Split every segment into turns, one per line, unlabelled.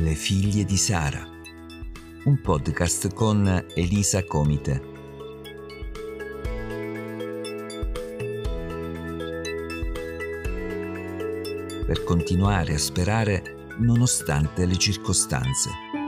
Le figlie di Sara, un podcast con Elisa Comite. Per continuare a sperare nonostante le circostanze.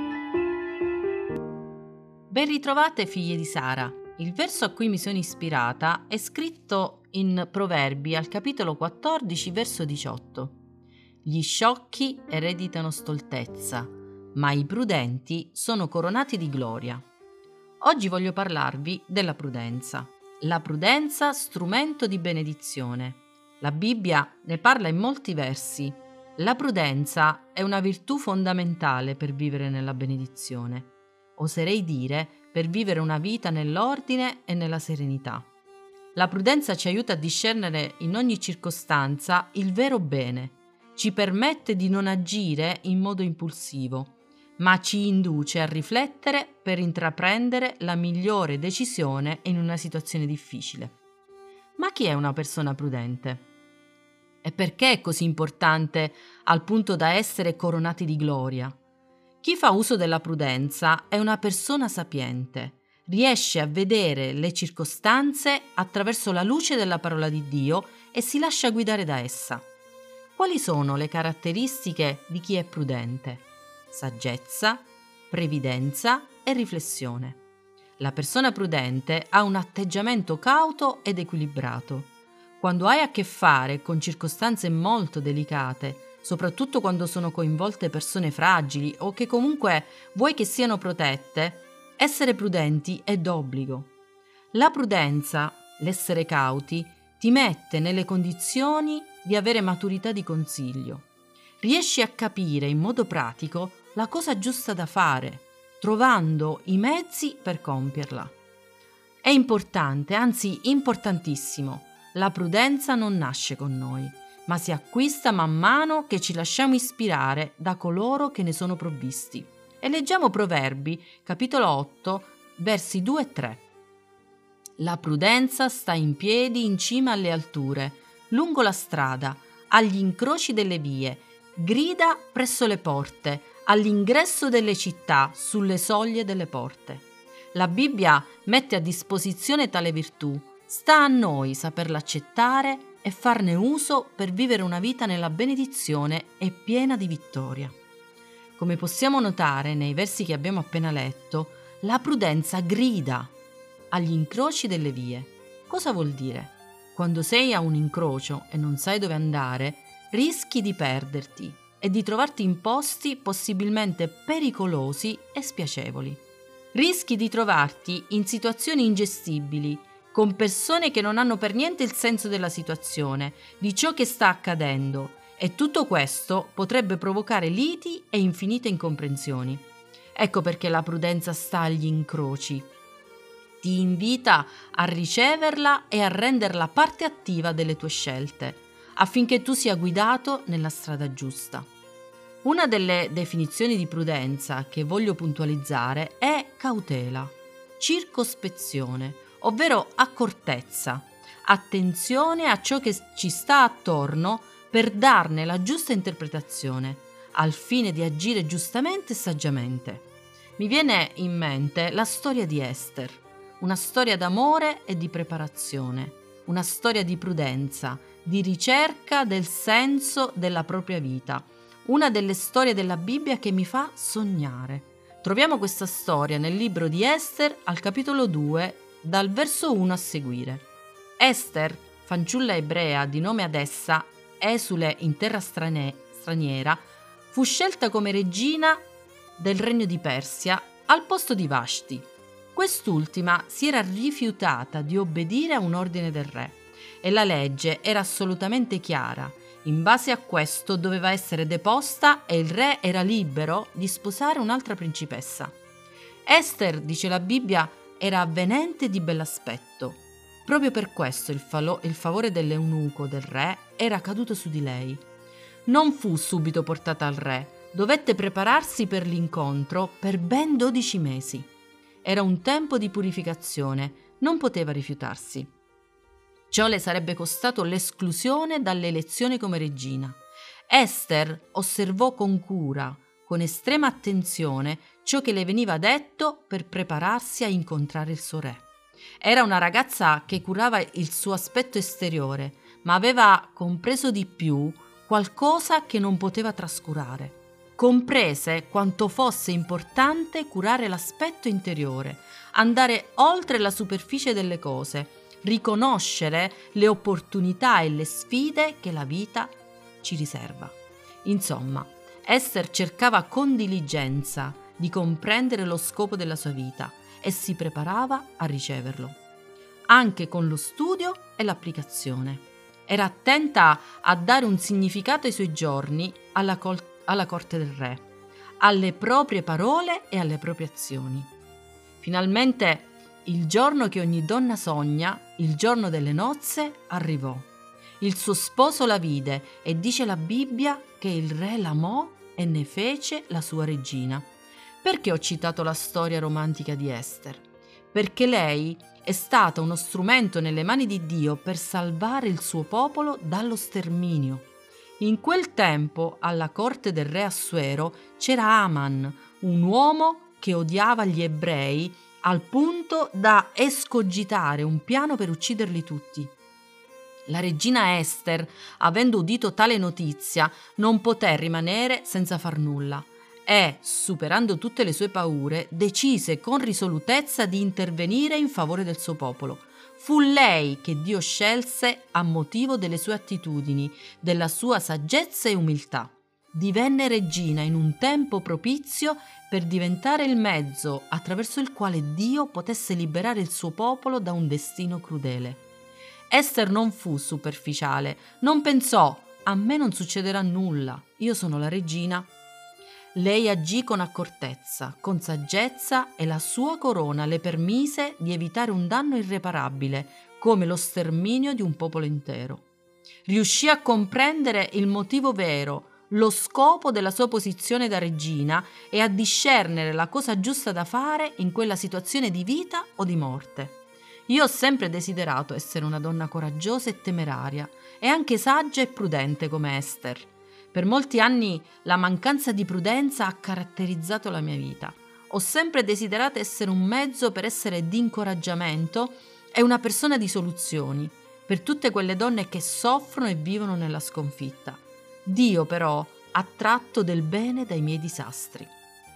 Ben ritrovate figlie di Sara. Il verso a cui mi sono ispirata è scritto in Proverbi al capitolo 14, verso 18. Gli sciocchi ereditano stoltezza, ma i prudenti sono coronati di gloria. Oggi voglio parlarvi della prudenza. La prudenza, strumento di benedizione. La Bibbia ne parla in molti versi. La prudenza è una virtù fondamentale per vivere nella benedizione. Oserei dire per vivere una vita nell'ordine e nella serenità. La prudenza ci aiuta a discernere in ogni circostanza il vero bene. Ci permette di non agire in modo impulsivo, ma ci induce a riflettere per intraprendere la migliore decisione in una situazione difficile. Ma chi è una persona prudente? E perché è così importante al punto da essere coronati di gloria? Chi fa uso della prudenza è una persona sapiente, riesce a vedere le circostanze attraverso la luce della parola di Dio e si lascia guidare da essa. Quali sono le caratteristiche di chi è prudente? Saggezza, previdenza e riflessione. La persona prudente ha un atteggiamento cauto ed equilibrato. Quando hai a che fare con circostanze molto delicate, soprattutto quando sono coinvolte persone fragili o che comunque vuoi che siano protette, essere prudenti è d'obbligo. La prudenza, l'essere cauti, ti mette nelle condizioni di avere maturità di consiglio. Riesci a capire in modo pratico la cosa giusta da fare, trovando i mezzi per compierla. È importante, anzi importantissimo, la prudenza non nasce con noi, ma si acquista man mano che ci lasciamo ispirare da coloro che ne sono provvisti. E leggiamo Proverbi, capitolo 8, versi 2 e 3. La prudenza sta in piedi in cima alle alture, lungo la strada, agli incroci delle vie, grida presso le porte, all'ingresso delle città, sulle soglie delle porte. La Bibbia mette a disposizione tale virtù, sta a noi saperla accettare e farne uso per vivere una vita nella benedizione e piena di vittoria. Come possiamo notare nei versi che abbiamo appena letto, la prudenza grida agli incroci delle vie. Cosa vuol dire? Quando sei a un incrocio e non sai dove andare, rischi di perderti e di trovarti in posti possibilmente pericolosi e spiacevoli. Rischi di trovarti in situazioni ingestibili, con persone che non hanno per niente il senso della situazione, di ciò che sta accadendo, e tutto questo potrebbe provocare liti e infinite incomprensioni. Ecco perché la prudenza sta agli incroci. Ti invita a riceverla e a renderla parte attiva delle tue scelte, affinché tu sia guidato nella strada giusta. Una delle definizioni di prudenza che voglio puntualizzare è cautela, circospezione, ovvero accortezza, attenzione a ciò che ci sta attorno per darne la giusta interpretazione, al fine di agire giustamente e saggiamente. Mi viene in mente la storia di Ester. Una storia d'amore e di preparazione, una storia di prudenza, di ricerca del senso della propria vita, una delle storie della Bibbia che mi fa sognare. Troviamo questa storia nel libro di Ester al capitolo 2, dal verso 1 a seguire. Ester, fanciulla ebrea di nome Adessa, esule in terra straniera, fu scelta come regina del regno di Persia al posto di Vashti. Quest'ultima si era rifiutata di obbedire a un ordine del re e la legge era assolutamente chiara. In base a questo doveva essere deposta e il re era libero di sposare un'altra principessa. Ester, dice la Bibbia, era avvenente e di bell'aspetto. Proprio per questo il favore dell'eunuco del re era caduto su di lei. Non fu subito portata al re, dovette prepararsi per l'incontro per ben 12 mesi. Era un tempo di purificazione, non poteva rifiutarsi. Ciò le sarebbe costato l'esclusione dall'elezione come regina. Ester osservò con cura con estrema attenzione ciò che le veniva detto per prepararsi a incontrare il suo re. Era una ragazza che curava il suo aspetto esteriore, ma aveva compreso di più qualcosa che non poteva trascurare. Comprese quanto fosse importante curare l'aspetto interiore, andare oltre la superficie delle cose, riconoscere le opportunità e le sfide che la vita ci riserva. Insomma, Esther cercava con diligenza di comprendere lo scopo della sua vita e si preparava a riceverlo, anche con lo studio e l'applicazione. Era attenta a dare un significato ai suoi giorni alla corte del re, alle proprie parole e alle proprie azioni. Finalmente il giorno che ogni donna sogna, il giorno delle nozze, arrivò. Il suo sposo la vide e dice la Bibbia che il re l'amò e ne fece la sua regina. Perché ho citato la storia romantica di Esther? Perché lei è stata uno strumento nelle mani di Dio per salvare il suo popolo dallo sterminio. In quel tempo, alla corte del re Assuero, c'era Aman, un uomo che odiava gli ebrei al punto da escogitare un piano per ucciderli tutti. La regina Esther, avendo udito tale notizia, non poté rimanere senza far nulla e, superando tutte le sue paure, decise con risolutezza di intervenire in favore del suo popolo. Fu lei che Dio scelse a motivo delle sue attitudini, della sua saggezza e umiltà. Divenne regina in un tempo propizio per diventare il mezzo attraverso il quale Dio potesse liberare il suo popolo da un destino crudele. Esther non fu superficiale, non pensò «a me non succederà nulla, io sono la regina». Lei agì con accortezza, con saggezza e la sua corona le permise di evitare un danno irreparabile, come lo sterminio di un popolo intero. Riuscì a comprendere il motivo vero, lo scopo della sua posizione da regina e a discernere la cosa giusta da fare in quella situazione di vita o di morte. Io ho sempre desiderato essere una donna coraggiosa e temeraria, e anche saggia e prudente come Esther. Per molti anni la mancanza di prudenza ha caratterizzato la mia vita. Ho sempre desiderato essere un mezzo per essere di incoraggiamento e una persona di soluzioni per tutte quelle donne che soffrono e vivono nella sconfitta. Dio però ha tratto del bene dai miei disastri.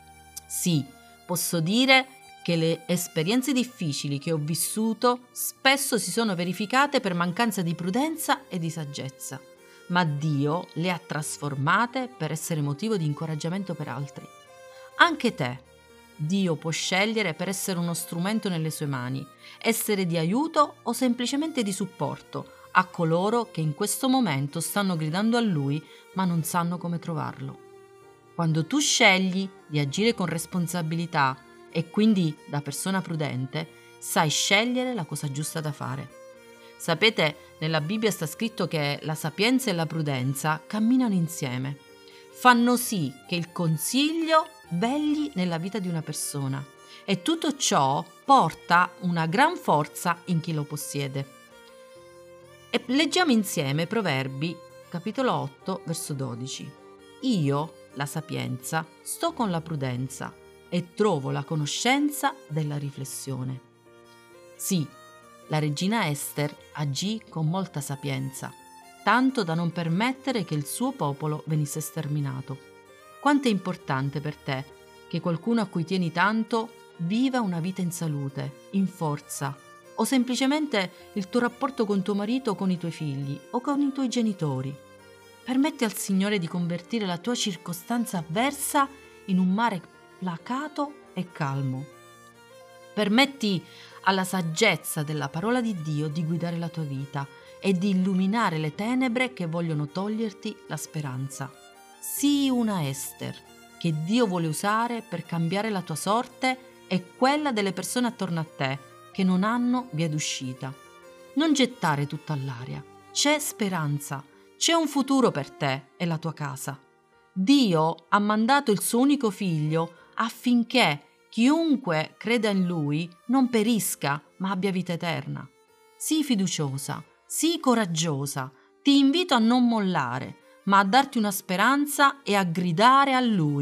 Sì, posso dire che le esperienze difficili che ho vissuto spesso si sono verificate per mancanza di prudenza e di saggezza, ma Dio le ha trasformate per essere motivo di incoraggiamento per altri. Anche te, Dio può scegliere per essere uno strumento nelle sue mani, essere di aiuto o semplicemente di supporto a coloro che in questo momento stanno gridando a Lui ma non sanno come trovarlo. Quando tu scegli di agire con responsabilità e quindi da persona prudente, sai scegliere la cosa giusta da fare. Sapete, nella Bibbia sta scritto che la sapienza e la prudenza camminano insieme. Fanno sì che il consiglio vegli nella vita di una persona e tutto ciò porta una gran forza in chi lo possiede. E leggiamo insieme Proverbi, capitolo 8, verso 12. Io, la sapienza, sto con la prudenza e trovo la conoscenza della riflessione. Sì, la regina Esther agì con molta sapienza, tanto da non permettere che il suo popolo venisse sterminato. Quanto è importante per te che qualcuno a cui tieni tanto viva una vita in salute, in forza, o semplicemente il tuo rapporto con tuo marito o con i tuoi figli o con i tuoi genitori. Permetti al Signore di convertire la tua circostanza avversa in un mare placato e calmo. Permetti alla saggezza della parola di Dio di guidare la tua vita e di illuminare le tenebre che vogliono toglierti la speranza. Sii una Esther che Dio vuole usare per cambiare la tua sorte e quella delle persone attorno a te che non hanno via d'uscita. Non gettare tutto all'aria. C'è speranza, c'è un futuro per te e la tua casa. Dio ha mandato il suo unico figlio affinché chiunque creda in lui non perisca, ma abbia vita eterna. Sii fiduciosa, sii coraggiosa. Ti invito a non mollare, ma a darti una speranza e a gridare a lui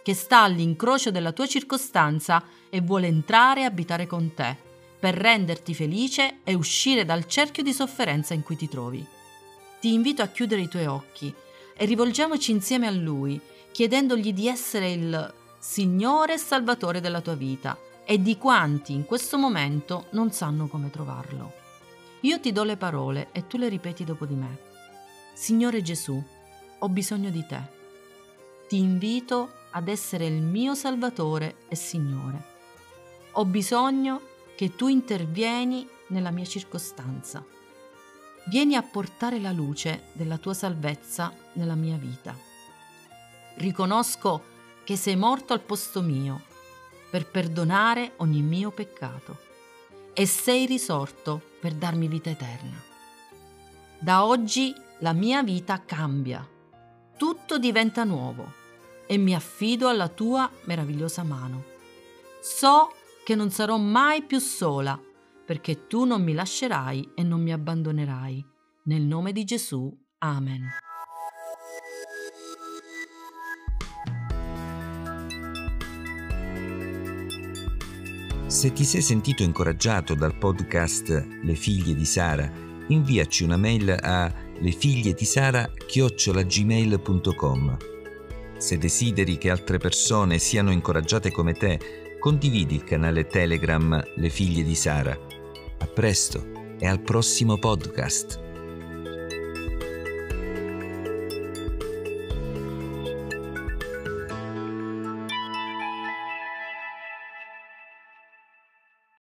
che sta all'incrocio della tua circostanza e vuole entrare e abitare con te, per renderti felice e uscire dal cerchio di sofferenza in cui ti trovi. Ti invito a chiudere i tuoi occhi e rivolgiamoci insieme a Lui, chiedendogli di essere il Signore e Salvatore della tua vita e di quanti in questo momento non sanno come trovarlo. Io ti do le parole e tu le ripeti dopo di me. Signore Gesù, ho bisogno di te. Ti invito ad essere il mio Salvatore e Signore. Ho bisogno che tu intervieni nella mia circostanza. Vieni a portare la luce della tua salvezza nella mia vita. Riconosco che sei morto al posto mio per perdonare ogni mio peccato e sei risorto per darmi vita eterna. Da oggi la mia vita cambia, tutto diventa nuovo e mi affido alla tua meravigliosa mano. So che non sarò mai più sola, perché tu non mi lascerai e non mi abbandonerai. Nel nome di Gesù. Amen.
Se ti sei sentito incoraggiato dal podcast Le figlie di Sara, inviaci una mail a lefigliedisara@gmail.com. Se desideri che altre persone siano incoraggiate come te, condividi il canale Telegram Le figlie di Sara. A presto e al prossimo podcast.